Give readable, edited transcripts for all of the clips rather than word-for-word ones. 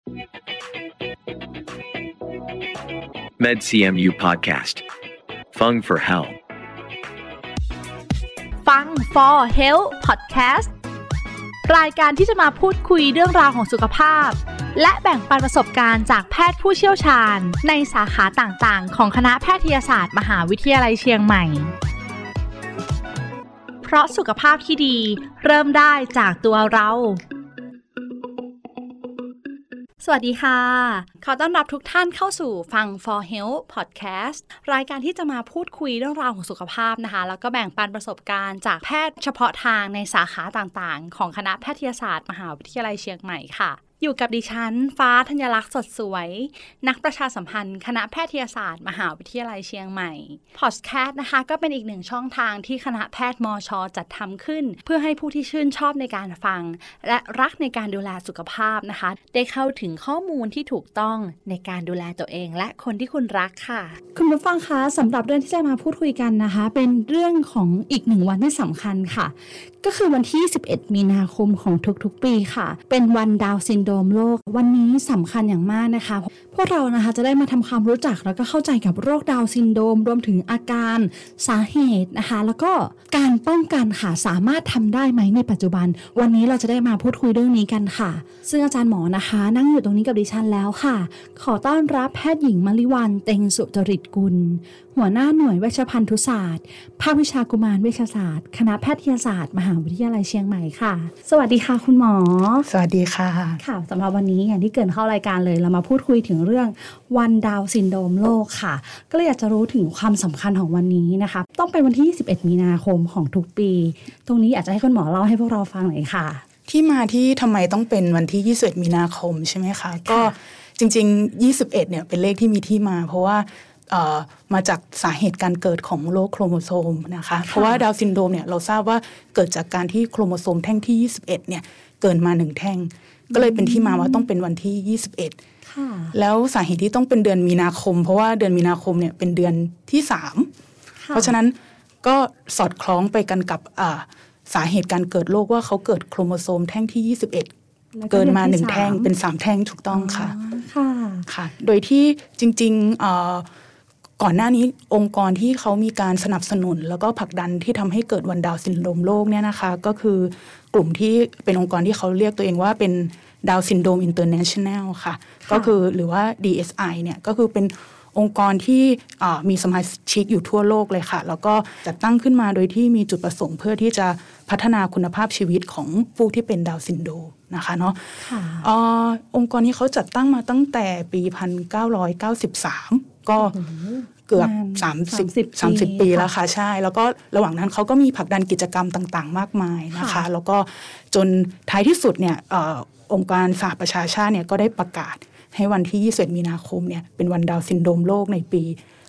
MedCMU Podcast. Fung for Health. ฟัง for Health Podcast รายการที่จะมาพูดคุยเรื่องราวของสุขภาพและแบ่งปันประสบการณ์จากแพทย์ผู้เชี่ยวชาญในสาขาต่างๆของคณะแพทยศาสตร์มหาวิทยาลัยเชียงใหม่เพราะสุขภาพที่ดีเริ่มได้จากตัวเราสวัสดีค่ะขอต้อนรับทุกท่านเข้าสู่ฟัง For Health Podcast รายการที่จะมาพูดคุยเรื่องราวของสุขภาพนะคะแล้วก็แบ่งปันประสบการณ์จากแพทย์เฉพาะทางในสาขาต่างๆของคณะแพทยศาสตร์มหาวิทยาลัยเชียงใหม่ค่ะอยู่กับดิฉันฟ้าธัญลักษณ์สดสวยนักประชาสัมพันธ์คณะแพทยศาสตร์มหาวิทยาลัยเชียงใหม่พอดแคสต์นะคะก็เป็นอีกหนึ่งช่องทางที่คณะแพทย์มช.จัดทำขึ้นเพื่อให้ผู้ที่ชื่นชอบในการฟังและรักในการดูแลสุขภาพนะคะได้เข้าถึงข้อมูลที่ถูกต้องในการดูแลตัวเองและคนที่คุณรักค่ะคุณผู้ฟังคะสำหรับเรื่องที่จะมาพูดคุยกันนะคะเป็นเรื่องของอีกหนึ่งวันที่สำคัญค่ะก็คือวันที่11มีนาคมของทุกๆปีค่ะเป็นวันดาวน์ซินโดรมโลกวันนี้สำคัญอย่างมากนะคะพวกเรานะคะจะได้มาทำความรู้จักแล้วก็เข้าใจกับโรคดาวน์ซินโดรมรวมถึงอาการสาเหตุนะคะแล้วก็การป้องกันค่ะสามารถทำได้ไหมในปัจจุบันวันนี้เราจะได้มาพูดคุยเรื่องนี้กันค่ะซึ่งอาจารย์หมอนะคะนั่งอยู่ตรงนี้กับดิฉันแล้วค่ะขอต้อนรับแพทย์หญิงมลิวรรณเต็งสุจริตกุลหัวหน้าหน่วยเวชภัณฑุศาสตร์ภาควิชากุมารเวชศาสตร์คณะแพทยศาสตร์มหาวิทยาลัยเชียงใหม่ค่ะสวัสดีค่ะคุณหมอสวัสดีค่ะค่ะสำหรับวันนี้อย่างที่เกริ่นเข้ารายการเลยเรามาพูดคุยถึงเรื่องวันดาวน์ซินโดรมโลกค่ะก็เลยอยากจะรู้ถึงความสำคัญของวันนี้นะคะต้องเป็นวันที่21มีนาคมของทุกปีตรงนี้อยากจะให้คุณหมอเล่าให้พวกเราฟังหน่อยค่ะที่มาที่ทำไมต้องเป็นวันที่21มีนาคมใช่ไหมคะก็จริงๆ21เนี่ยเป็นเลขที่มีที่มาเพราะว่ามาจากสาเหตุการเกิดของโรคโครโมโซมนะคะเพราะว่าดาวน์ซินโดรมเนี่ยเราทราบว่าเกิดจากการที่โครโมโซมแท่งที่21เนี่ยเกินมา1แท่งก็เลยเป็นที่มาว่าต้องเป็นวันที่21แล้วสาเหตุที่ต้องเป็นเดือนมีนาคมเพราะว่าเดือนมีนาคมเนี่ยเป็นเดือนที่3เพราะฉะนั้นก็สอดคล้องไปกันกับสาเหตุการเกิดโรคว่าเขาเกิดโครโมโซมแท่งที่21เกินมา1แท่งเป็น3แท่งถูกต้องค่ะค่ะโดยที่จริงๆก่อนหน้านี้องค์กรที่เขามีการสนับสนุนแล้วก็ผลักดันที่ทำให้เกิดวันดาวน์ซินโดรมโลกเนี่ยนะคะก็คือกลุ่มที่เป็นองค์กรที่เขาเรียกตัวเองว่าเป็นดาวน์ซินโดรมอินเตอร์เนชั่นแนลค่ะก็คือหรือว่า DSI เนี่ยก็คือเป็นองค์กรที่มีสมาชิกอยู่ทั่วโลกเลยค่ะแล้วก็จัดตั้งขึ้นมาโดยที่มีจุดประสงค์เพื่อที่จะพัฒนาคุณภาพชีวิตของผู้ที่เป็นดาวน์ซินโดรมนะคะเนาะองค์กรนี้เขาจัดตั้งมาตั้งแต่ปี1993ก็เกือบ30 ปีแล้วค่ะใช่แล้วก็ระหว่างนั้นเขาก็มีผลักดันกิจกรรมต่างๆมากมายนะคะแล้วก็จนท้ายที่สุดเนี่ยองค์การสหประชาชาติเนี่ยก็ได้ประกาศให้วันที่21มีนาคมเนี่ยเป็นวันดาวน์ซินโดรมโลกในปี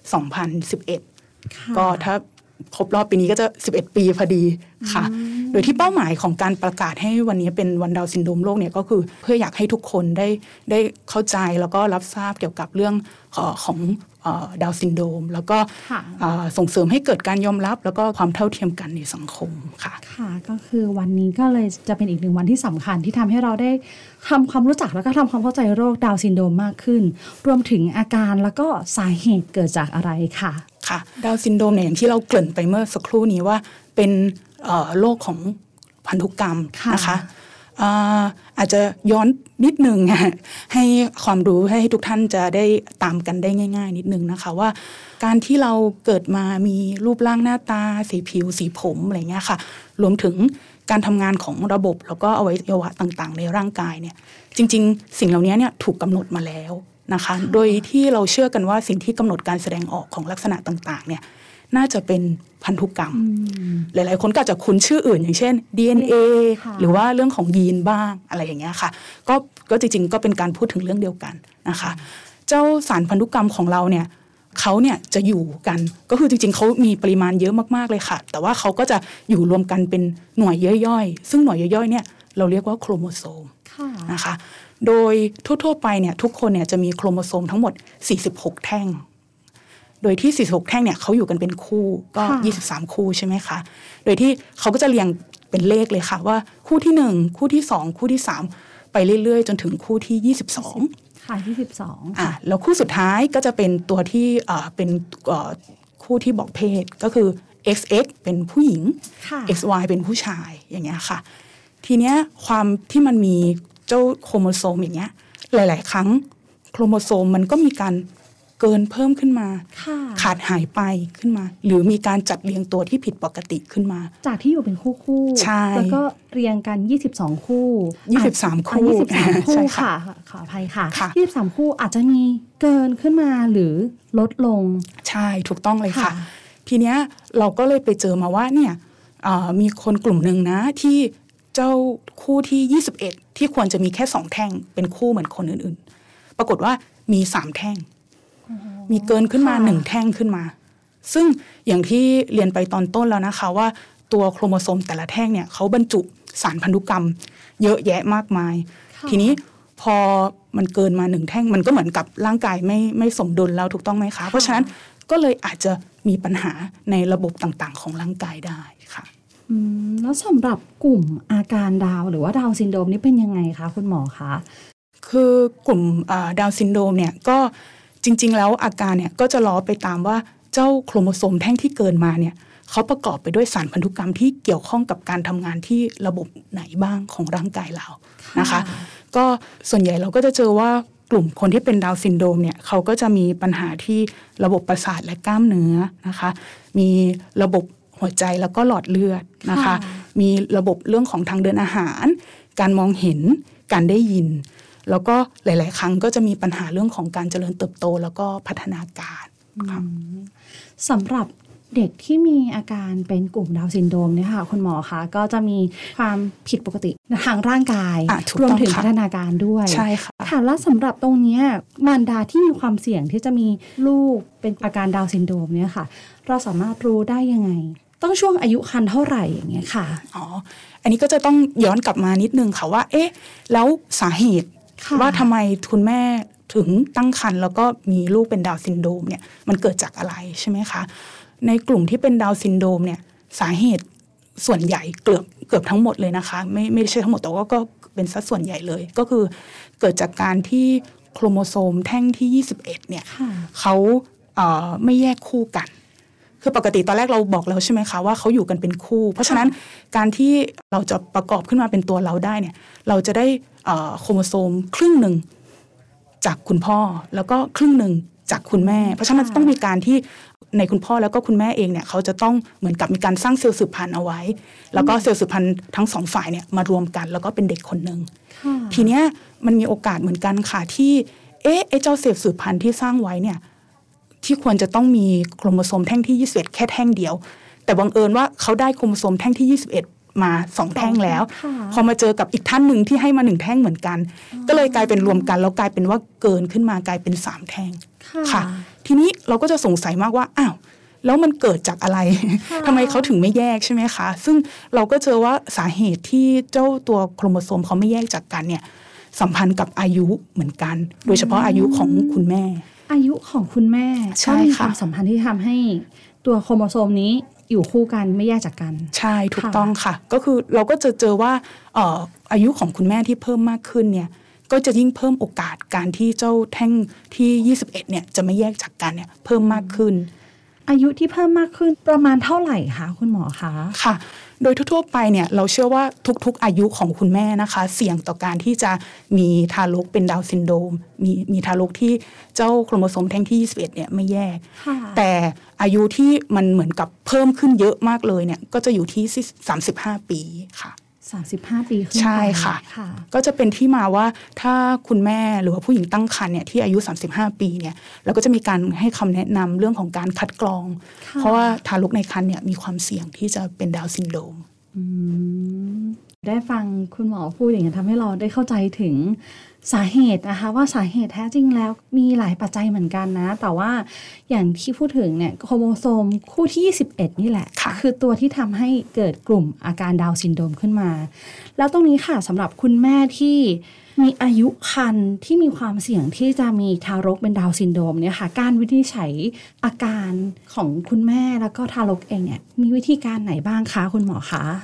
2011ก็ถ้าครบรอบปีนี้ก็จะ11ปีพอดีค่ะโดยที่เป้าหมายของการประกาศให้วันนี้เป็นวันดาวน์ซินโดรมโลกเนี่ยก็คือเพื่ออยากให้ทุกคนได้เข้าใจแล้วก็รับทราบเกี่ยวกับเรื่องของดาวน์ซินโดรมแล้วก็ส่งเสริมให้เกิดการยอมรับแล้วก็ความเท่าเทียมกันในสังคมค่ะค่ะก็คือวันนี้ก็เลยจะเป็นอีกหนึ่งวันที่สำคัญที่ทำให้เราได้ทำความรู้จักแล้วก็ทำความเข้าใจโรคดาวน์ซินโดรมมากขึ้นรวมถึงอาการแล้วก็สาเหตุเกิดจากอะไรค่ะค่ะดาวน์ซินโดรมเนี่ยอย่างที่เราเกริ่นไปเมื่อสักครู่นี้ว่าเป็นโรคของพันธุกรรมนะคะอาจจะย้อนนิดนึงให้ความรู้ให้ทุกท่านจะได้ตามกันได้ง่ายๆนิดนึงนะคะว่าการที่เราเกิดมามีรูปร่างหน้าตาสีผิวสีผมอะไรเงี้ยค่ะรวมถึงการทำงานของระบบแล้วก็อวัยวะต่างๆในร่างกายเนี่ยจริงๆสิ่งเหล่านี้เนี่ยถูกกำหนดมาแล้วนะคะโดยที่เราเชื่อกันว่าสิ่งที่กำหนดการแสดงออกของลักษณะต่างๆเนี่ยน่าจะเป็นพันธุกรรมหลายๆคนก็อาจจะคุ้นชื่ออื่นอย่างเช่น DNA หรือว่าเรื่องของยีนบ้างอะไรอย่างเงี้ยค่ะก็จริงๆก็เป็นการพูดถึงเรื่องเดียวกันนะคะเจ้าสารพันธุกรรมของเราเนี่ยเขาเนี่ยจะอยู่กันก็คือจริงๆเขามีปริมาณเยอะมากๆเลยค่ะแต่ว่าเขาก็จะอยู่รวมกันเป็นหน่วยย่อยๆซึ่งหน่วยย่อยๆเนี่ยเราเรียกว่าโครโมโซมนะคะโดยทั่วๆไปเนี่ยทุกคนเนี่ยจะมีโครโมโซมทั้งหมด46แท่งโดยที่46แท่งเนี่ยเขาอยู่กันเป็นคู่ก็23คู่ใช่ไหมคะโดยที่เขาก็จะเรียงเป็นเลขเลยค่ะว่าคู่ที่1คู่ที่2คู่ที่3 ไปเรื่อยๆจนถึงคู่ที่22 ค่ะ22 แล้วคู่สุดท้ายก็จะเป็นตัวที่เป็นคู่ที่บอกเพศก็คือ XX เป็นผู้หญิง XY เป็นผู้ชายอย่างเงี้ยค่ะทีเนี้ยความที่มันมีเจ้าโครโมโซมอย่างเงี้ยหลายๆครั้งโครโมโซมมันก็มีการเกินเพิ่มขึ้นมาขาดหายไปขึ้นมาหรือมีการจัดเรียงตัวที่ผิดปกติขึ้นมาจากที่อยู่เป็นคู่ๆแล้วก็เรียงกัน22คู่ 23คู่ 23คู่ค่ะขออภัยค่ะ23คู่อาจจะมีเกินขึ้นมาหรือลดลงใช่ถูกต้องเลยค่ะทีเนี้ยเราก็เลยไปเจอมาว่าเนี่ยมีคนกลุ่มหนึ่งนะที่เจ้าคู่ที่21ที่ควรจะมีแค่2แท่งเป็นคู่เหมือนคนอื่นๆปรากฏว่ามี3แท่งมีเกินขึ้นมา1แท่งขึ้นมาซึ่งอย่างที่เรียนไปตอนต้นแล้วนะคะว่าตัวโครโมโซมแต่ละแท่งเนี่ยเขาบรรจุสารพันธุกรรมเยอะแยะมากมายทีนี้พอมันเกินมา1แท่งมันก็เหมือนกับร่างกายไม่สมดุลแล้วถูกต้องไหมคะเพราะฉะนั้นก็เลยอาจจะมีปัญหาในระบบต่างๆของร่างกายได้ค่ะแล้วสำหรับกลุ่มอาการดาวหรือว่าดาวซินโดรมนี่เป็นยังไงคะคุณหมอคะคือกลุ่มดาวซินโดรมเนี่ยก็จริงๆแล้วอาการเนี่ยก็จะล้อไปตามว่าเจ้าโครโมโซมแท่งที่เกินมาเนี่ยเขาประกอบไปด้วยสารพันธุกรรมที่เกี่ยวข้องกับการทำงานที่ระบบไหนบ้างของร่างกายเรานะคะก็ส่วนใหญ่เราก็จะเจอว่ากลุ่มคนที่เป็นดาวซินโดรมเนี่ยเขาก็จะมีปัญหาที่ระบบประสาทและกล้ามเนื้อนะคะมีระบบหัวใจแล้วก็หลอดเลือดนะคะมีระบบเรื่องของทางเดินอาหารการมองเห็นการได้ยินแล้วก็หลายๆครั้งก็จะมีปัญหาเรื่องของการเจริญเติบโตแล้วก็พัฒนาการสำหรับเด็กที่มีอาการเป็นกลุ่มดาวน์ซินโดรมเนี่ยค่ะคุณหมอคะก็จะมีความผิดปกติทางร่างกายรวมถึงพัฒนาการด้วยใช่ค่ะแล้วสำหรับตรงนี้มารดาที่มีความเสี่ยงที่จะมีลูกเป็นอาการดาวน์ซินโดรมเนี่ยค่ะเราสามารถรู้ได้ยังไงต้องช่วงอายุครรภ์เท่าไหร่อย่างเงี้ยค่ะอันนี้ก็จะต้องย้อนกลับมานิดนึงค่ะว่าแล้วสาเหตุว่าทำไมคุณแม่ถึงตั้งครรภ์แล้วก็มีลูกเป็นดาวน์ซินโดรมเนี่ยมันเกิดจากอะไรใช่ไหมคะในกลุ่มที่เป็นดาวน์ซินโดรมเนี่ยสาเหตุส่วนใหญ่เกือบทั้งหมดเลยนะคะไม่ใช่ทั้งหมดแต่ว่าก็เป็นสัดส่วนใหญ่เลยก็คือเกิดจากการที่โครโมโซมแท่งที่21เนี่ยเขาไม่แยกคู่กันคือปกติตอนแรกเราบอกแล้วใช่ไหมคะว่าเขาอยู่กันเป็นคู่เพราะฉะนั้นการที่เราจะประกอบขึ้นมาเป็นตัวเราได้เนี่ยเราจะได้โครโมโซมครึ่งหนึ่งจากคุณพ่อแล้วก็ครึ่งหนึ่งจากคุณแม่เพราะฉะนั้นต้องมีการที่ในคุณพ่อแล้วก็คุณแม่เองเนี่ยเขาจะต้องเหมือนกับมีการสร้างเซลล์สืบพันธุ์เอาไว้แล้วก็เซลล์สืบพันธุ์ทั้งสองฝ่ายเนี่ยมารวมกันแล้วก็เป็นเด็กคนหนึ่งทีเนี้ยมันมีโอกาสเหมือนกันค่ะที่เจ้าเซลล์สืบพันธุ์ที่สร้างไว้เนี่ยที่ควรจะต้องมีโครโมโซมแท่งที่21แค่แท่งเดียวแต่บังเอิญว่าเขาได้โครโมโซมแท่งที่21มา2แท่งแล้วพอมาเจอกับอีกท่านหนึ่งที่ให้มา1แท่งเหมือนกันก็เลยกลายเป็นรวมกันแล้วกลายเป็นว่าเกินขึ้นมากลายเป็น3แท่งค่ะทีนี้เราก็จะสงสัยมากว่าอ้าวแล้วมันเกิดจากอะไรทำไมเขาถึงไม่แยกใช่ไหมคะซึ่งเราก็เจอว่าสาเหตุที่เจ้าตัวโครโมโซมเขาไม่แยกจากกันเนี่ยสัมพันธ์กับอายุเหมือนกันโดยเฉพาะอายุของคุณแม่อายุของคุณแม่ก็มีความสัมพันธ์ที่ทำให้ตัวโครโมโซมนี้อยู่คู่กันไม่แยกจากกันใช่ถูกต้องค่ะก็คือเราก็จะเจอว่าอายุของคุณแม่ที่เพิ่มมากขึ้นเนี่ยก็จะยิ่งเพิ่มโอกาสการที่เจ้าแท่งที่21เนี่ยจะไม่แยกจากกันเนี่ยเพิ่มมากขึ้นอายุที่เพิ่มมากขึ้นประมาณเท่าไหร่คะคุณหมอคะค่ะโดยทั่วๆไปเนี่ยเราเชื่อว่าทุกๆอายุของคุณแม่นะคะเสี่ยงต่อการที่จะมีทารกเป็นดาวน์ซินโดรมมีทารกที่เจ้าโครโมโซมแท่งที่21เนี่ยไม่แยกแต่อายุที่มันเหมือนกับเพิ่มขึ้นเยอะมากเลยเนี่ยก็จะอยู่ที่35ปีค่ะ 35ปีขึ้นไปใช่ค่ะก็จะเป็นที่มาว่าถ้าคุณแม่หรือว่าผู้หญิงตั้งครรภ์เนี่ยที่อายุ35ปีเนี่ยเราก็จะมีการให้คำแนะนำเรื่องของการคัดกรองเพราะว่าทารกในครรภ์เนี่ยมีความเสี่ยงที่จะเป็นดาวน์ซินโดรมได้ฟังคุณหมอพูดอย่างนี้ทำให้เราได้เข้าใจถึงสาเหตุนะคะว่าสาเหตุแท้จริงแล้วมีหลายปัจจัยเหมือนกันนะแต่ว่าอย่างที่พูดถึงเนี่ยโครโมโซมคู่ที่21นี่แหละคือตัวที่ทำให้เกิดกลุ่มอาการดาวน์ซินโดรมขึ้นมาแล้วตรงนี้ค่ะสำหรับคุณแม่ที่มีอายุครรภ์ที่มีความเสี่ยงที่จะมีทารกเป็นดาวน์ซินโดรมเนี่ยค่ะการวินิจฉัยอาการของคุณแม่แล้วก็ทารกเองเนี่ยมีวิธีการไหนบ้างคะคุณหมอคะ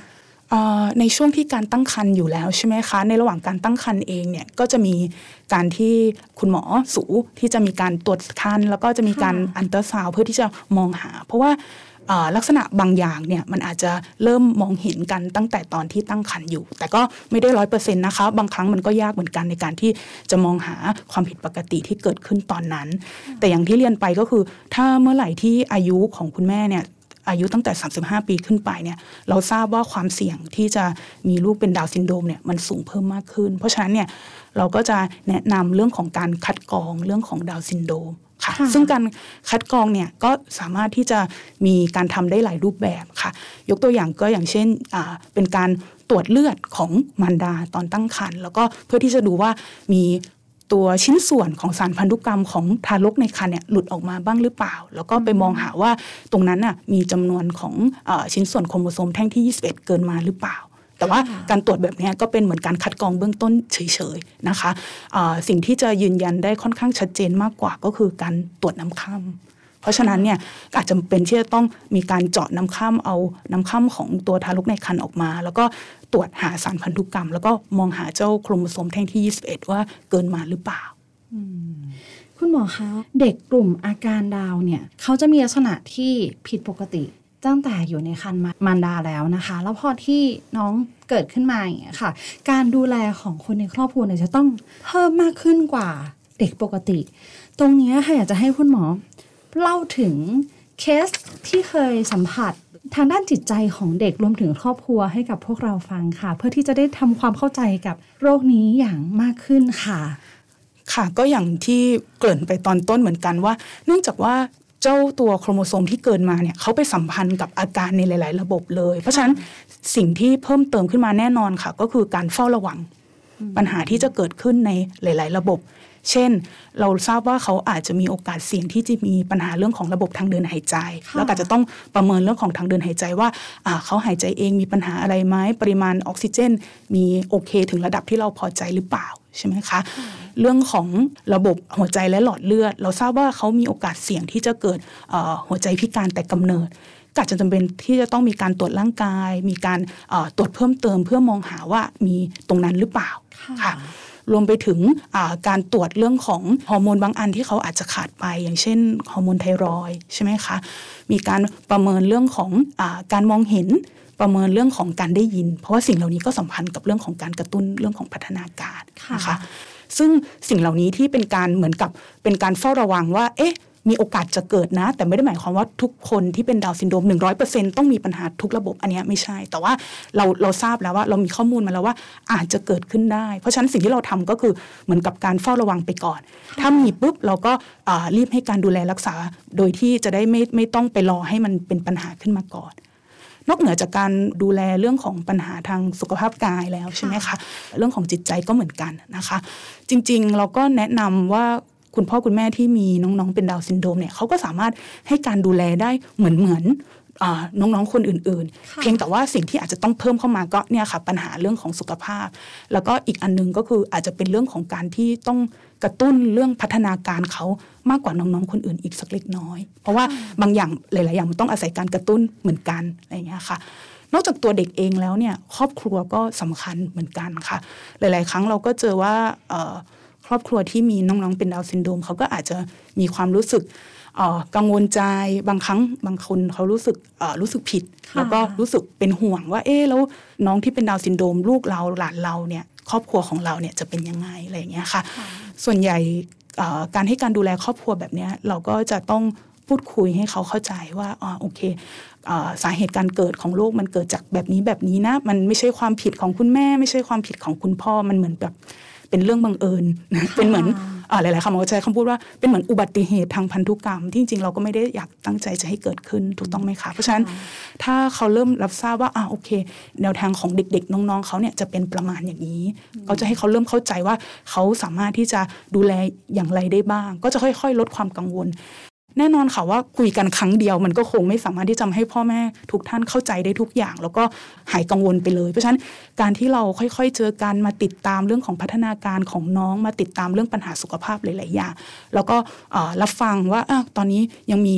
ในช่วงที่การตั้งครรภ์อยู่แล้วใช่ไหมคะในระหว่างการตั้งครรภ์เองเนี่ยก็จะมีการที่คุณหมอสูที่จะมีการตรวจครรภ์แล้วก็จะมีการอัลตราซาวด์เพื่อที่จะมองหาเพราะว่าลักษณะบางอย่างเนี่ยมันอาจจะเริ่มมองเห็นกันตั้งแต่ตอนที่ตั้งครรภ์อยู่แต่ก็ไม่ได้ 100% นะคะบางครั้งมันก็ยากเหมือนกันในการที่จะมองหาความผิดปกติที่เกิดขึ้นตอนนั้นแต่อย่างที่เรียนไปก็คือถ้าเมื่อไหร่ที่อายุของคุณแม่เนี่ยอายุตั้งแต่35ปีขึ้นไปเนี่ยเราทราบว่าความเสี่ยงที่จะมีลูกเป็นดาวน์ซินโดรมเนี่ยมันสูงเพิ่มมากขึ้นเพราะฉะนั้นเนี่ยเราก็จะแนะนำเรื่องของการคัดกรองเรื่องของดาวน์ซินโดรมค่ะซึ่งการคัดกรองเนี่ยก็สามารถที่จะมีการทำได้หลายรูปแบบค่ะยกตัวอย่างก็อย่างเช่นเป็นการตรวจเลือดของมารดาตอนตั้งครรภ์แล้วก็เพื่อที่จะดูว่ามีตัวชิ้นส่วนของสารพันธุกรรมของทารกในครรภ์เนี่ยหลุดออกมาบ้างหรือเปล่าแล้วก็ไปมองหาว่าตรงนั้นน่ะมีจำนวนของชิ้นส่วนโครโมโซมแท่งที่21เกินมาหรือเปล่าแต่ว่าการตรวจแบบนี้ก็เป็นเหมือนการคัดกรองเบื้องต้นเฉยๆนะคะสิ่งที่จะยืนยันได้ค่อนข้างชัดเจนมากกว่าก็คือการตรวจน้ำค่ำเพราะฉะนั้นเนี่ยอาจจะเป็นที่จะต้องมีการเจาะน้ำค่ำเอาน้ำค่ำของตัวทารกในครรภ์ออกมาแล้วก็ตรวจหาสารพันธุกรรมแล้วก็มองหาเจ้าโครโมโซมแท่งที่21ว่าเกินมาหรือเปล่าคุณหมอคะเด็กกลุ่มอาการดาวเนี่ยเขาจะมีลักษณะที่ผิดปกติตั้งแต่อยู่ในครรภ์มารดาแล้วนะคะแล้วพอที่น้องเกิดขึ้นมาอย่างเงี้ยค่ะการดูแลของคนในครอบครัวเนี่ยจะต้องเพิ่มมากขึ้นกว่าเด็กปกติตรงนี้ค่ะอยากจะให้คุณหมอเล่าถึงเคสที่เคยสัมผัสทางด้านจิตใจของเด็กรวมถึงครอบครัวให้กับพวกเราฟังค่ะเพื่อที่จะได้ทำความเข้าใจกับโรคนี้อย่างมากขึ้นค่ะค่ะก็อย่างที่เกริ่นไปตอนต้นเหมือนกันว่าเนื่องจากว่าเจ้าตัวโครโมโซมที่เกินมาเนี่ยเขาไปสัมพันธ์กับอาการในหลายๆระบบเลยเพราะฉะนั้นสิ่งที่เพิ่มเติมขึ้นมาแน่นอนค่ะก็คือการเฝ้าระวังปัญหาที่จะเกิดขึ้นในหลายๆระบบเช่นเราทราบว่าเขาอาจจะมีโอกาสเสี่ยงที่จะมีปัญหาเรื่องของระบบทางเดินหายใจแล้วอาจจะต้องประเมินเรื่องของทางเดินหายใจว่าเขาหายใจเองมีปัญหาอะไรไหมปริมาณออกซิเจนมีโอเคถึงระดับที่เราพอใจหรือเปล่าใช่ไหมคะเรื่องของระบบหัวใจและหลอดเลือดเราทราบว่าเขามีโอกาสเสี่ยงที่จะเกิดหัวใจพิการแต่กำเนิดก็อาจจะจำเป็นที่จะต้องมีการตรวจร่างกายมีการตรวจเพิ่มเติมเพื่อมองหาว่ามีตรงนั้นหรือเปล่าค่ะรวมไปถึงการตรวจเรื่องของฮอร์โมนบางอันที่เขาอาจจะขาดไปอย่างเช่นฮอร์โมนไทรอยด์ใช่ไหมคะมีการประเมินเรื่องของการมองเห็นประเมินเรื่องของการได้ยินเพราะว่าสิ่งเหล่านี้ก็สัมพันธ์กับเรื่องของการกระตุ้นเรื่องของพัฒนาการนะคะซึ่งสิ่งเหล่านี้ที่เป็นการเหมือนกับเป็นการเฝ้าระวังว่ามีโอกาสจะเกิดนะแต่ไม่ได้หมายความว่าทุกคนที่เป็นดาวน์ซินโดรม 100% ต้องมีปัญหาทุกระบบอันนี้ไม่ใช่แต่ว่าเราทราบแล้วว่าเรามีข้อมูลมาแล้วว่าอาจจะเกิดขึ้นได้เพราะฉะนั้นสิ่งที่เราทำก็คือเหมือนกับการเฝ้าระวังไปก่อนถ้ามีปุ๊บเราก็รีบให้การดูแลรักษาโดยที่จะได้ไม่ต้องไปรอให้มันเป็นปัญหาขึ้นมาก่อนนอกเหนือจากการดูแลเรื่องของปัญหาทางสุขภาพกายแล้วใช่ไหมคะเรื่องของจิตใจก็เหมือนกันนะคะจริงๆเราก็แนะนำว่าคุณพ่อคุณแม่ที่มีน้องๆเป็นดาวน์ซินโดรมเนี่ยเขาก็สามารถให้การดูแลได้เหมือนน้องๆคนอื่นๆเพียงแต่ว่าสิ่งที่อาจจะต้องเพิ่มเข้ามาก็เนี่ยค่ะปัญหาเรื่องของสุขภาพแล้วก็อีกอันนึงก็คืออาจจะเป็นเรื่องของการที่ต้องกระตุ้นเรื่องพัฒนาการเขามากกว่าน้องๆคนอื่นอีกสักเล็กน้อยเพราะว่าบางอย่างหลายๆอย่างมันต้องอาศัยการกระตุ้นเหมือนกันอะไรอย่างเงี้ยค่ะนอกจากตัวเด็กเองแล้วเนี่ยครอบครัวก็สำคัญเหมือนกันค่ะหลายๆครั้งเราก็เจอว่าครอบครัวที่มีน้องๆเป็นดาวน์ซินโดรมเขาก็อาจจะมีความรู้สึกกังวลใจบางครั้งบางคนเขารู้สึกผิดแล้วก็รู้สึกเป็นห่วงว่าแล้วน้องที่เป็นดาวน์ซินโดรมลูกเราหลานเราเนี่ยครอบครัวของเราเนี่ยจะเป็นยังไงอะไรอย่างเงี้ยค่ะส่วนใหญ่การให้การดูแลครอบครัวแบบนี้เราก็จะต้องพูดคุยให้เขาเข้าใจว่าโอเคสาเหตุการเกิดของโรคมันเกิดจากแบบนี้นะมันไม่ใช่ความผิดของคุณแม่ไม่ใช่ความผิดของคุณพ่อมันเหมือนแบบเป็นเรื่องบังเอิญเป็นเหมือนหลายๆคำเขาใช้คำพูดว่าเป็นเหมือนอุบัติเหตุทางพันธุกรรมที่จริงๆเราก็ไม่ได้อยากตั้งใจจะให้เกิดขึ้นถูกต้องไหมคะเพราะฉะนั้นถ้าเขาเริ่มรับทราบว่าโอเคแนวทางของเด็กๆน้องๆเขาเนี่ยจะเป็นประมาณอย่างนี้ก็จะให้เขาเริ่มเข้าใจว่าเขาสามารถที่จะดูแลอย่างไรได้บ้างก็จะค่อยๆลดความกังวลแน่นอนค่ะว่าคุยกันครั้งเดียวมันก็คงไม่สามารถที่จะให้พ่อแม่ทุกท่านเข้าใจได้ทุกอย่างแล้วก็หายกังวลไปเลยเพราะฉะนั้นการที่เราค่อยๆเจอกันมาติดตามเรื่องของพัฒนาการของน้องมาติดตามเรื่องปัญหาสุขภาพหลายๆอย่างแล้วก็รับฟังว่าตอนนี้ยังมี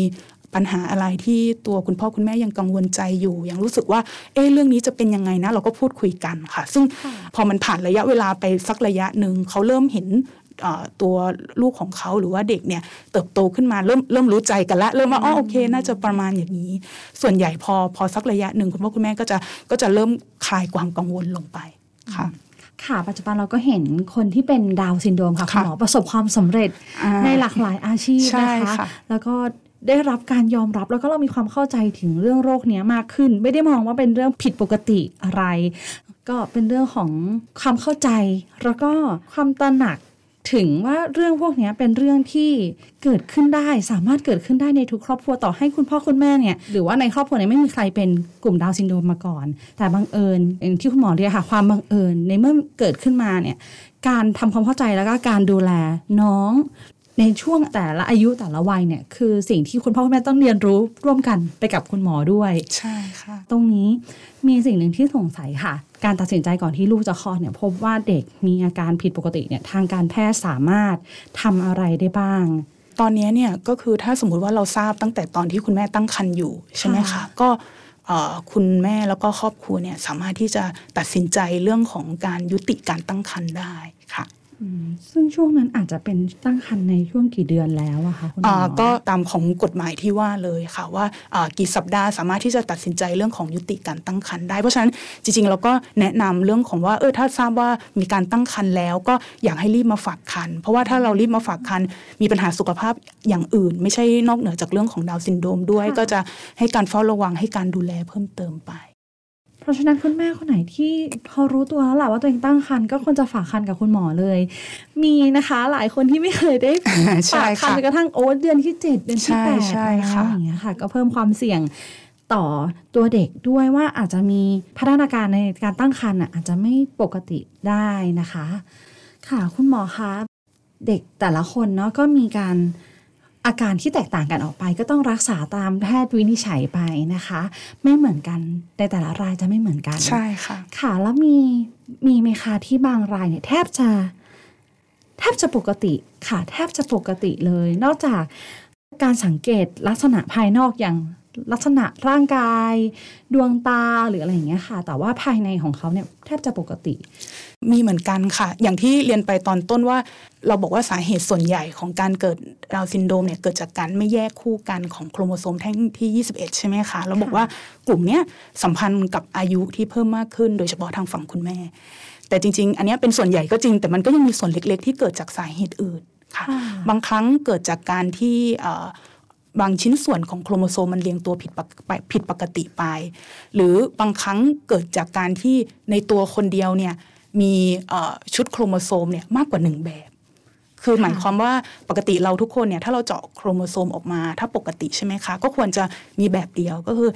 ปัญหาอะไรที่ตัวคุณพ่อคุณแม่ยังกังวลใจอยู่ยังรู้สึกว่าเรื่องนี้จะเป็นยังไงนะเราก็พูดคุยกันค่ะซึ่งพอมันผ่านระยะเวลาไปสักระยะนึงเขาเริ่มเห็นตัวลูกของเขาหรือว่าเด็กเนี่ยเติบโตขึ้นมาเริ่มรู้ใจกันแล้วเริ่มว่าโอเคน่าจะประมาณอย่างนี้ส่วนใหญ่พอสักระยะนึงคุณพ่อคุณแม่ก็จะเริ่มคลายความกังวลลงไปค่ะค่ะปัจจุบันเราก็เห็นคนที่เป็นดาวน์ซินโดรมค่ะคุณหมอประสบความสำเร็จในหลากหลายอาชีพนะคะแล้วก็ได้รับการยอมรับแล้วก็เรามีความเข้าใจถึงเรื่องโรคนี้มากขึ้นไม่ได้มองว่าเป็นเรื่องผิดปกติอะไรก็เป็นเรื่องของความเข้าใจแล้วก็ความตระหนักถึงว่าเรื่องพวกนี้เป็นเรื่องที่เกิดขึ้นได้สามารถเกิดขึ้นได้ในทุกครอบครัวต่อให้คุณพ่อคุณแม่เนี่ยหรือว่าในครอบครัวเนี่ยไม่มีใครเป็นกลุ่มดาวน์ซินโดรมมาก่อนแต่บังเอิญอย่างที่คุณหมอเรียกค่ะความบังเอิญในเมื่อเกิดขึ้นมาเนี่ยการทำความเข้าใจแล้วก็การดูแลน้องในช่วงแต่ละอายุแต่ละวัยเนี่ยคือสิ่งที่คุณพ่อคุณแม่ต้องเรียนรู้ร่วมกันไปกับคุณหมอด้วยใช่ค่ะตรงนี้มีสิ่งหนึ่งที่สงสัยค่ะการตัดสินใจก่อนที่ลูกจะคลอดเนี่ยพบว่าเด็กมีอาการผิดปกติเนี่ยทางการแพทย์สามารถทำอะไรได้บ้างตอนนี้เนี่ยก็คือถ้าสมมุติว่าเราทราบตั้งแต่ตอนที่คุณแม่ตั้งครรภ์อยู่ใช่ไหมคะก็คุณแม่แล้วก็ครอบครัวเนี่ยสามารถที่จะตัดสินใจเรื่องของการยุติการตั้งครรภ์ได้ค่ะซึ่งช่วงนั้นอาจจะเป็นตั้งครรภ์ในช่วงกี่เดือนแล้วอะคะคุณหมอก็ตามของกฎหมายที่ว่าเลยค่ะว่ากี่สัปดาห์สามารถที่จะตัดสินใจเรื่องของยุติการตั้งครรภ์ได้เพราะฉะนั้นจริงๆเราก็แนะนำเรื่องของว่าถ้าทราบว่ามีการตั้งครรภ์แล้วก็อยากให้รีบมาฝากครรภ์เพราะว่าถ้าเรารีบมาฝากครรภ์มีปัญหาสุขภาพอย่างอื่นไม่ใช่นอกเหนือจากเรื่องของดาวน์ซินโดรมด้วยก็จะให้การเฝ้าระวังให้การดูแลเพิ่มเติมไปเพราะฉะนั้นคุณแม่คนไหนที่พอรู้ตัวแล้วแหละว่าตัวเองตั้งครรภ์ก็ควรจะฝากครรภ์กับคุณหมอเลยมีนะคะหลายคนที่ไม่เคยได้ฝากครรภ์จนกระทั่งเดือนที่7เดือนที่8แล้วอย่างเงี้ยค่ะก็เพิ่มความเสี่ยงต่อตัวเด็กด้วยว่าอาจจะมีพัฒนาการในการตั้งครรภ์อาจจะไม่ปกติได้นะคะค่ะคุณหมอคะเด็กแต่ละคนเนาะก็มีการอาการที่แตกต่างกันออกไปก็ต้องรักษาตามแพทย์วินิจฉัยไปนะคะไม่เหมือนกันในแต่ละรายจะไม่เหมือนกันใช่ค่ะค่ะแล้วมีไหมคะที่บางรายเนี่ยแทบจะปกติค่ะแทบจะปกติเลยนอกจากการสังเกตลักษณะภายนอกอย่างลักษณะร่างกายดวงตาหรืออะไรอย่างเงี้ยค่ะแต่ว่าภายในของเขาเนี่ยแทบจะปกติมีเหมือนกันค่ะอย่างที่เรียนไปตอนต้นว่าเราบอกว่าสาเหตุส่วนใหญ่ของการเกิดดาวน์ซินโดรมเนี่ยเกิดจากการไม่แยกคู่กันของโครโมโซมแท่งที่21ใช่ไหมคะเราบอกว่ากลุ่มเนี้ยสัมพันธ์กับอายุที่เพิ่มมากขึ้นโดยเฉพาะทางฝั่งคุณแม่แต่จริงๆอันนี้เป็นส่วนใหญ่ก็จริงแต่มันก็ยังมีส่วนเล็กๆที่เกิดจากสาเหตุอื่นค่ะบางครั้งเกิดจากการที่บางชิ้นส่วนของโครโมโซมมันเรียงตัวผิดปกติไปหรือบางครั้งเกิดจากการที่ในตัวคนเดียวเนี่ยมีชุดโครโมโซมเนี่ยมากกว่า1แบบคือหมายความว่าปกติเราทุกคนเนี่ยถ้าเราเจาะโครโมโซมออกมาถ้าปกติใช่ไหมคะก็ควรจะมีแบบเดียวก็คือ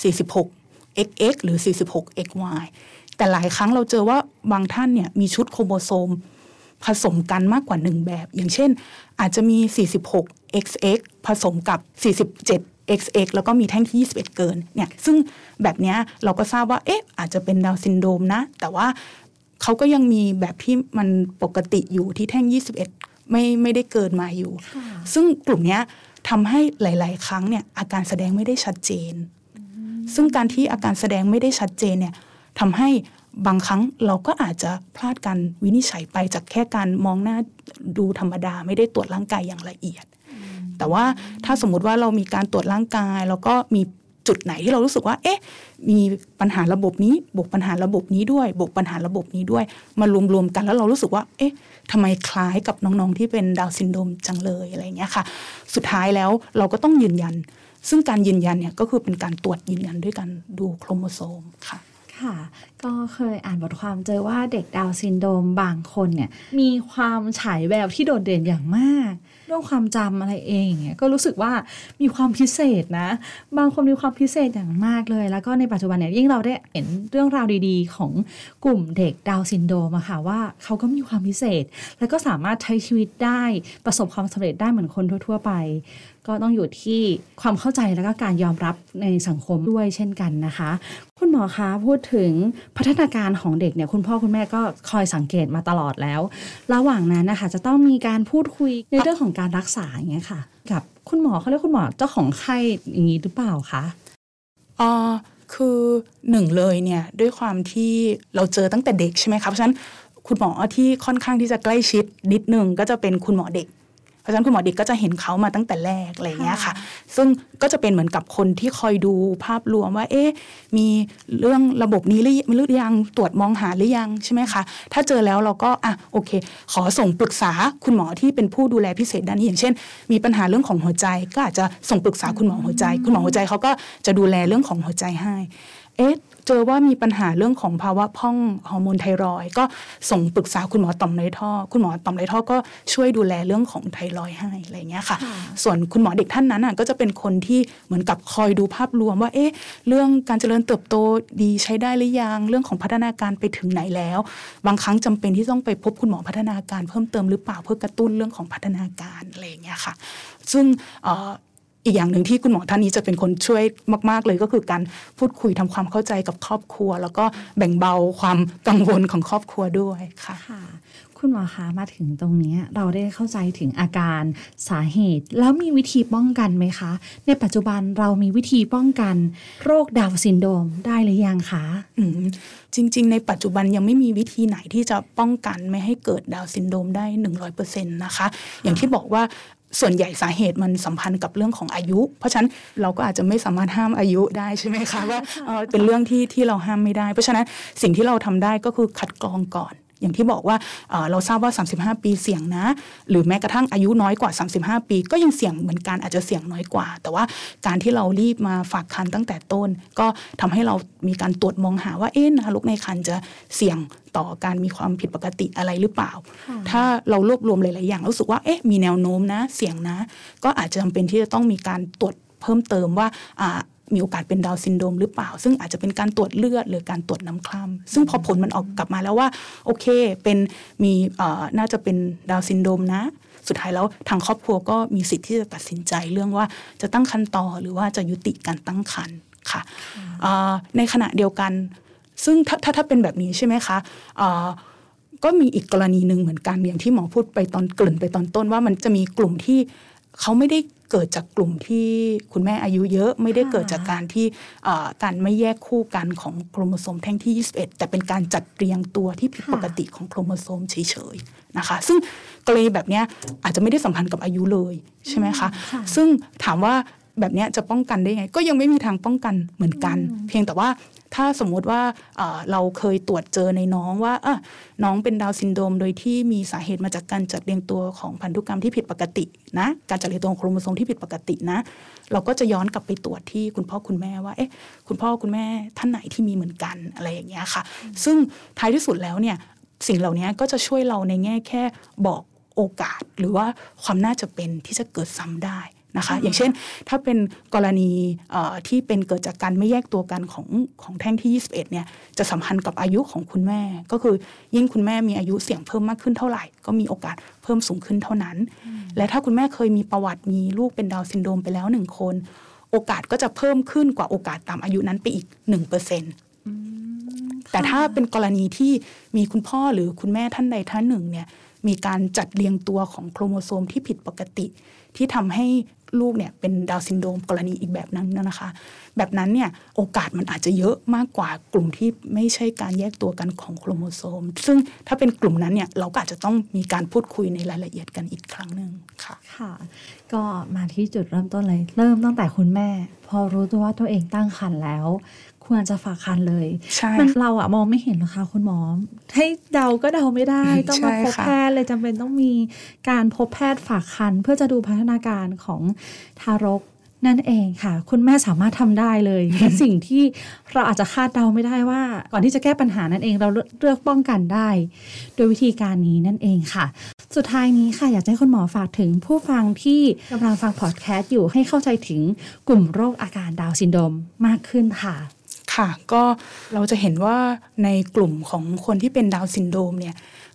46 XX หรือ 46 XY แต่หลายครั้งเราเจอว่าบางท่านเนี่ยมีชุดโครโมโซมผสมกันมากกว่า1แบบอย่างเช่นอาจจะมี46 XX ผสมกับ47 XX แล้วก็มีแท่งที่21เกินเนี่ยซึ่งแบบนี้เราก็ทราบว่าอาจจะเป็นดาวน์ซินโดรมนะแต่ว่าเขาก็ยังมีแบบที่มันปกติอยู่ที่แท่ง21ไม่ได้เกินมาอยู่ซึ่งกลุ่มนี้ทำให้หลายๆครั้งเนี่ยอาการแสดงไม่ได้ชัดเจนซึ่งการที่อาการแสดงไม่ได้ชัดเจนเนี่ยทำให้บางครั้งเราก็อาจจะพลาดการวินิจฉัยไปจากแค่การมองหน้าดูธรรมดาไม่ได้ตรวจร่างกายอย่างละเอียดแต่ว่าถ้าสมมุติว่าเรามีการตรวจร่างกายแล้วก็มีจุดไหนที่เรารู้สึกว่ามีปัญหาระบบนี้บวกปัญหาระบบนี้ด้วยบวกปัญหาระบบนี้ด้วยมารวมๆกันแล้วเรารู้สึกว่าทำไมคล้ายกับน้องๆที่เป็นดาวน์ซินโดรมจังเลยอะไรอย่างเงี้ยค่ะสุดท้ายแล้วเราก็ต้องยืนยันซึ่งการยืนยันเนี่ยก็คือเป็นการตรวจยืนยันด้วยการดูโครโมโซมค่ะค่ะก็เคยอ่านบทความเจอว่าเด็กดาวน์ซินโดรมบางคนเนี่ยมีความฉายแววที่โดดเด่นอย่างมากเรื่องความจำอะไรเองเนี่ยก็รู้สึกว่ามีความพิเศษนะบางคนมีความพิเศษอย่างมากเลยแล้วก็ในปัจจุบันเนี่ยยิ่งเราได้เห็นเรื่องราวดีๆของกลุ่มเด็กดาวน์ซินโดรมอะค่ะว่าเขาก็มีความพิเศษแล้วก็สามารถใช้ชีวิตได้ประสบความสำเร็จได้เหมือนคนทั่วๆไปก็ต้องอยู่ที่ความเข้าใจแล้วก็การยอมรับในสังคมด้วยเช่นกันนะคะคุณหมอคะพูดถึงพัฒนาการของเด็กเนี่ยคุณพ่อคุณแม่ก็คอยสังเกตมาตลอดแล้วระหว่างนั้นนะคะจะต้องมีการพูดคุยในเรื่องของการรักษาอย่างเงี้ยค่ะกับคุณหมอเขาเรียกคุณหมอเจ้าของไข้อย่างนี้หรือเปล่าคะคือหนึ่งเลยเนี่ยด้วยความที่เราเจอตั้งแต่เด็กใช่ไหมคะเพราะฉะนั้นคุณหมอที่ค่อนข้างที่จะใกล้ชิดนิดนึงก็จะเป็นคุณหมอเด็กเพราะฉะนั้นคุณหมอเด็กก็จะเห็นเขามาตั้งแต่แรกอะไรเงี้ยค่ะซึ่งก็จะเป็นเหมือนกับคนที่คอยดูภาพรวมว่ามีเรื่องระบบนี้หรือยังตรวจมองหาหรือยังใช่ไหมคะถ้าเจอแล้วเราก็โอเคขอส่งปรึกษาคุณหมอที่เป็นผู้ดูแลพิเศษด้านนี้อย่างเช่นมีปัญหาเรื่องของหัวใจก็อาจจะส่งปรึกษาคุณหมอหัวใจคุณหมอหัวใจเขาก็จะดูแลเรื่องของหัวใจให้เจอว่ามีปัญหาเรื่องของภาวะพร่องฮอร์โมนไทรอยด์ก็ส่งปรึกษาคุณหมอต่อมไรท่อคุณหมอต่อมไรท่อก็ช่วยดูแลเรื่องของไทรอยด์ให้อะไรเงี้ยค่ะส่วนคุณหมอเด็กท่านนั้นก็จะเป็นคนที่เหมือนกับคอยดูภาพรวมว่าเรื่องการเจริญเติบโตดีใช้ได้หรือยังเรื่องของพัฒนาการไปถึงไหนแล้วบางครั้งจำเป็นที่ต้องไปพบคุณหมอพัฒนาการเพิ่มเติมหรือเปล่าเพื่อกระตุ้นเรื่องของพัฒนาการอะไรเงี้ยค่ะซึ่งอีกอย่างหนึ่งที่คุณหมอท่านนี้จะเป็นคนช่วยมากๆเลยก็คือการพูดคุยทำความเข้าใจกับครอบครัวแล้วก็แบ่งเบาความกังวลของครอบครัวด้วยค่ะคุณหมอคะมาถึงตรงนี้เราได้เข้าใจถึงอาการสาเหตุแล้วมีวิธีป้องกันไหมคะในปัจจุบันเรามีวิธีป้องกันโรคดาวน์ซินโดรมได้หรือยังคะจริงๆในปัจจุบันยังไม่มีวิธีไหนที่จะป้องกันไม่ให้เกิดดาวน์ซินโดรมได้ 100% นะคะอย่างที่บอกว่าส่วนใหญ่สาเหตุมันสัมพันธ์กับเรื่องของอายุเพราะฉะนั้นเราก็อาจจะไม่สามารถห้ามอายุได้ใช่ไหมคะว่าเป็นเรื่องที่เราห้ามไม่ได้เพราะฉะนั้นสิ่งที่เราทำได้ก็คือคัดกรองก่อนอย่างที่บอกว่าเราทราบว่า35ปีเสี่ยงนะหรือแม้กระทั่งอายุน้อยกว่า35ปีก็ยังเสี่ยงเหมือนกันอาจจะเสี่ยงน้อยกว่าแต่ว่าการที่เรารีบมาฝากครรภ์ตั้งแต่ต้นก็ทำให้เรามีการตรวจมองหาว่าทารกในครรภ์จะเสี่ยงต่อการมีความผิดปกติอะไรหรือเปล่าถ้าเรารวบรวมหลายๆอย่างรู้สึกว่ามีแนวโน้มนะเสี่ยงนะก็อาจจะจำเป็นที่จะต้องมีการตรวจเพิ่มเติมว่ามีโอกาสเป็นดาวน์ซินโดรมหรือเปล่าซึ่งอาจจะเป็นการตรวจเลือดหรือการตรวจน้ำคร่ำซึ่งพอผลมันออกกลับมาแล้วว่าโอเคเป็นมีน่าจะเป็นดาวน์ซินโดรมนะสุดท้ายแล้วทางครอบครัวก็มีสิทธิ์ที่จะตัดสินใจเรื่องว่าจะตั้งครรภ์ต่อหรือว่าจะยุติการตั้งครรภ์ค่ะในขณะเดียวกันซึ่งถ้าเป็นแบบนี้ใช่ไหมคะก็มีอีกกรณีหนึ่งเหมือนกันอย่างที่หมอพูดไปตอนเกริ่นไปตอนต้นว่ามันจะมีกลุ่มที่เขาไม่ได้เกิดจากกลุ่มที่คุณแม่อายุเยอะไม่ได้เกิดจากการที่การไม่แยกคู่กันของโครโมโซมแท่งที่21แต่เป็นการจัดเรียงตัวที่ผิดปกติของโครโมโซมเฉยๆนะคะซึ่งกรณีแบบนี้อาจจะไม่ได้สัมพันธ์กับอายุเลยใช่ไหมคะซึ่งถามว่าแบบนี้จะป้องกันได้ไงก็ยังไม่มีทางป้องกันเหมือนกันเพียงแต่ว่าถ้าสมมติว่าเราเคยตรวจเจอในน้องว่าน้องเป็นดาวน์ซินโดรมโดยที่มีสาเหตุมาจากการจัดเรียงตัวของพันธุกรรมที่ผิดปกตินะการจัดเรียงตัวของโครโมโซมที่ผิดปกตินะเราก็จะย้อนกลับไปตรวจที่คุณพ่อคุณแม่ว่าคุณพ่อคุณแม่ท่านไหนที่มีเหมือนกันอะไรอย่างเงี้ยค่ะซึ่งท้ายที่สุดแล้วเนี่ยสิ่งเหล่านี้ก็จะช่วยเราในแง่แค่บอกโอกาสหรือว่าความน่าจะเป็นที่จะเกิดซ้ำได้นะคะอย่างเช่นถ้าเป็นกรณีที่เป็นเกิดจากการไม่แยกตัวกันของแท่งที่21เนี่ยจะสัมพันธ์กับอายุของคุณแม่ก็คือยิ่งคุณแม่มีอายุเสี่ยงเพิ่มมากขึ้นเท่าไหร่ก็มีโอกาสเพิ่มสูงขึ้นเท่านั้นและถ้าคุณแม่เคยมีประวัติมีลูกเป็นดาวน์ซินโดรมไปแล้ว1คนโอกาสก็จะเพิ่มขึ้นกว่าโอกาสตามอายุนั้นไปอีก 1% แต่ถ้าเป็นกรณีที่มีคุณพ่อหรือคุณแม่ท่านใดท่านหนึ่งเนี่ยมีการจัดเรียงตัวของโครโมโซมที่ผิดปกติที่ทำให้ลูกเนี่ยเป็นดาวน์ซินโดรมกรณีอีกแบบนั้นนะคะแบบนั้นเนี่ยโอกาสมันอาจจะเยอะมากกว่ากลุ่มที่ไม่ใช่การแยกตัวกันของโครโมโซมซึ่งถ้าเป็นกลุ่มนั้นเนี่ยเราก็อาจจะต้องมีการพูดคุยในรายละเอียดกันอีกครั้งนึงค่ะก็มาที่จุดเริ่มต้นเลยเริ่มตั้งแต่คุณแม่พอรู้ตัวว่าตัวเองตั้งครรภ์แล้วควรจะฝากครรภ์เลยมันเรามองไม่เห็นหรอกค่ะคุณหมอให้เดาก็เดาไม่ได้ต้องมาพบแพทย์เลยจำเป็นต้องมีการพบแพทย์ฝากครรภ์เพื่อจะดูพัฒนาการของทารกนั่นเองค่ะคุณแม่สามารถทำได้เลยและสิ่งที่เราอาจจะคาดเดาไม่ได้ว่าก่อนที่จะแก้ปัญหานั่นเองเราเลือกป้องกันได้โดยวิธีการนี้นั่นเองค่ะสุดท้ายนี้ค่ะอยากให้คุณหมอฝากถึงผู้ฟังที่กำลังฟังพอดแคสต์อยู่ให้เข้าใจถึงกลุ่มโรคอาการดาวน์ซินโดรมมากขึ้นค่ะก็เราจะเห็นว่าในกลุ่มของคนที่เป็นดาวน์ซินโดรมเนี่ย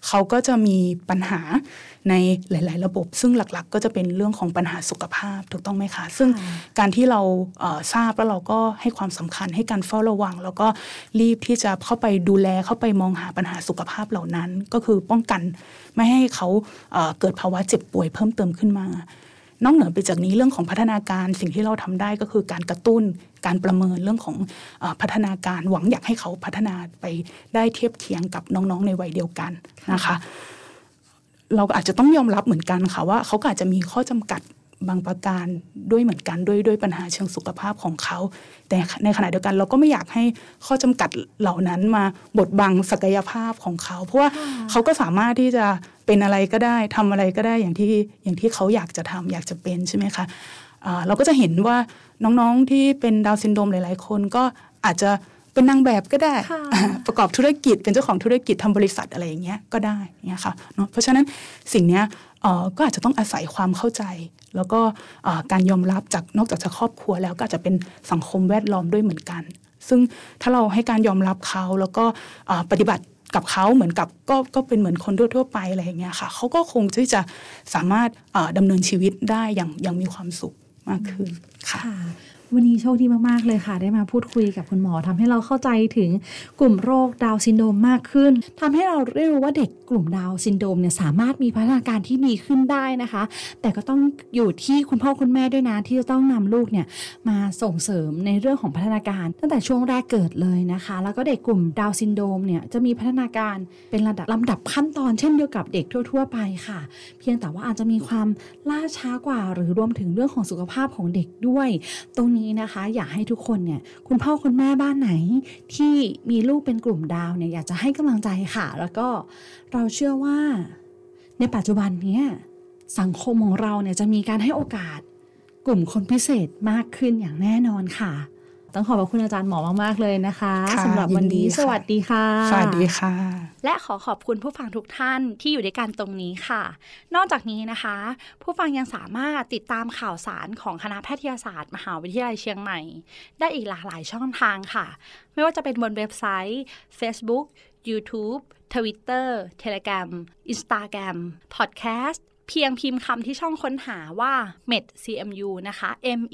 เขาก็จะมีปัญหาในหลายๆระบบซึ่งหลักๆก็จะเป็นเรื่องของปัญหาสุขภาพถูกต้องไหมคะซึ่งการที่เราทราบแล้วเราก็ให้ความสำคัญให้การเฝ้าระวังแล้วก็รีบที่จะเข้าไปดูแลเข้าไปมองหาปัญหาสุขภาพเหล่านั้นก็คือป้องกันไม่ให้เขาเกิดภาวะเจ็บป่วยเพิ่มเติมขึ้นมานอกเหนือไปจากนี้เรื่องของพัฒนาการสิ่งที่เราทำได้ก็คือการกระตุ้นการประเมินเรื่องของพัฒนาการหวังอยากให้เขาพัฒนาไปได้เทียบเคียงกับน้องๆในวัยเดียวกันนะคะเราอาจจะต้องยอมรับเหมือนกันค่ะว่าเขาก็อาจจะมีข้อจำกัดบางประการด้วยเหมือนกันด้วยปัญหาเชิงสุขภาพของเขาแต่ในขณะเดียวกันเราก็ไม่อยากให้ข้อจำกัดเหล่านั้นมาบดบังศักยภาพของเขาเพราะว่าเขาก็สามารถที่จะเป็นอะไรก็ได้ทำอะไรก็ได้อย่างที่เขาอยากจะทำอยากจะเป็นใช่ไหมคะเราก็จะเห็นว่าน้องๆที่เป็นดาวน์ซินโดรมหลายๆคนก็อาจจะเป็นนางแบบก็ได้ประกอบธุรกิจเป็นเจ้าของธุรกิจทำบริษัทอะไรอย่างเงี้ยก็ได้เนี่ยค่ะเนาะเพราะฉะนั้นสิ่งเนี้ยก็อาจจะต้องอาศัยความเข้าใจแล้วก็การยอมรับจากนอกจากครอบครัวแล้วก็อาจจะเป็นสังคมแวดล้อมด้วยเหมือนกันซึ่งถ้าเราให้การยอมรับเขาแล้วก็ปฏิบัติกับเขาเหมือนกับก็เป็นเหมือนคนทั่วไปอะไรอย่างเงี้ยค่ะเขาก็คงที่จะสามารถดำเนินชีวิตได้อย่างมีความสุขมากขึ้นค่ะวันนี้โชคดีมากๆเลยค่ะได้มาพูดคุยกับคุณหมอทำให้เราเข้าใจถึงกลุ่มโรคดาวน์ซินโดรมมากขึ้นทำให้เราได้รู้ว่าเด็กกลุ่มดาวน์ซินโดรมเนี่ยสามารถมีพัฒนาการที่ดีขึ้นได้นะคะแต่ก็ต้องอยู่ที่คุณพ่อคุณแม่ด้วยนะที่จะต้องนำลูกเนี่ยมาส่งเสริมในเรื่องของพัฒนาการตั้งแต่ช่วงแรกเกิดเลยนะคะแล้วก็เด็กกลุ่มดาวน์ซินโดรมเนี่ยจะมีพัฒนาการเป็นลำดับขั้นตอนเช่นเดียวกับเด็กทั่วๆไปค่ะเพียงแต่ว่าอาจจะมีความล่าช้ากว่าหรือรวมถึงเรื่องของสุขภาพของเด็กด้วยตรงนี้นะคะอยากให้ทุกคนเนี่ยคุณพ่อคุณแม่บ้านไหนที่มีลูกเป็นกลุ่มดาวเนี่ยอยากจะให้กำลังใจค่ะแล้วก็เราเชื่อว่าในปัจจุบันนี้สังคมของเราเนี่ยจะมีการให้โอกาสกลุ่มคนพิเศษมากขึ้นอย่างแน่นอนค่ะต้องขอบคุณอาจารย์หมอมากๆเลยนะคะสำหรับวันนี้สวัสดีค่ะสวัสดีค่ะและขอบคุณผู้ฟังทุกท่านที่อยู่ด้วยกันตรงนี้ค่ะนอกจากนี้นะคะผู้ฟังยังสามารถติดตามข่าวสารของคณะแพทยศาสตร์มหาวิทยาลัยเชียงใหม่ได้อีกหลากหลายช่องทางค่ะไม่ว่าจะเป็นบนเว็บไซต์ Facebook YouTube Twitter Telegram Instagram Podcastเพียงพิมพ์คำที่ช่องค้นหาว่า medcmu นะคะ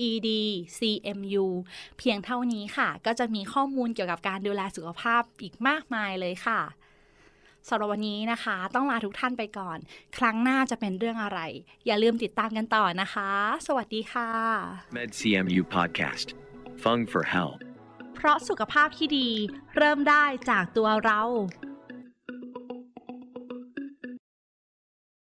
medcmu เพียงเท่านี้ค่ะก็จะมีข้อมูลเกี่ยวกับการดูแลสุขภาพอีกมากมายเลยค่ะสำหรับวันนี้นะคะต้องลาทุกท่านไปก่อนครั้งหน้าจะเป็นเรื่องอะไรอย่าลืมติดตามกันต่อนะคะสวัสดีค่ะ MedCMU Podcast Fung for Health เพราะสุขภาพที่ดีเริ่มได้จากตัวเรา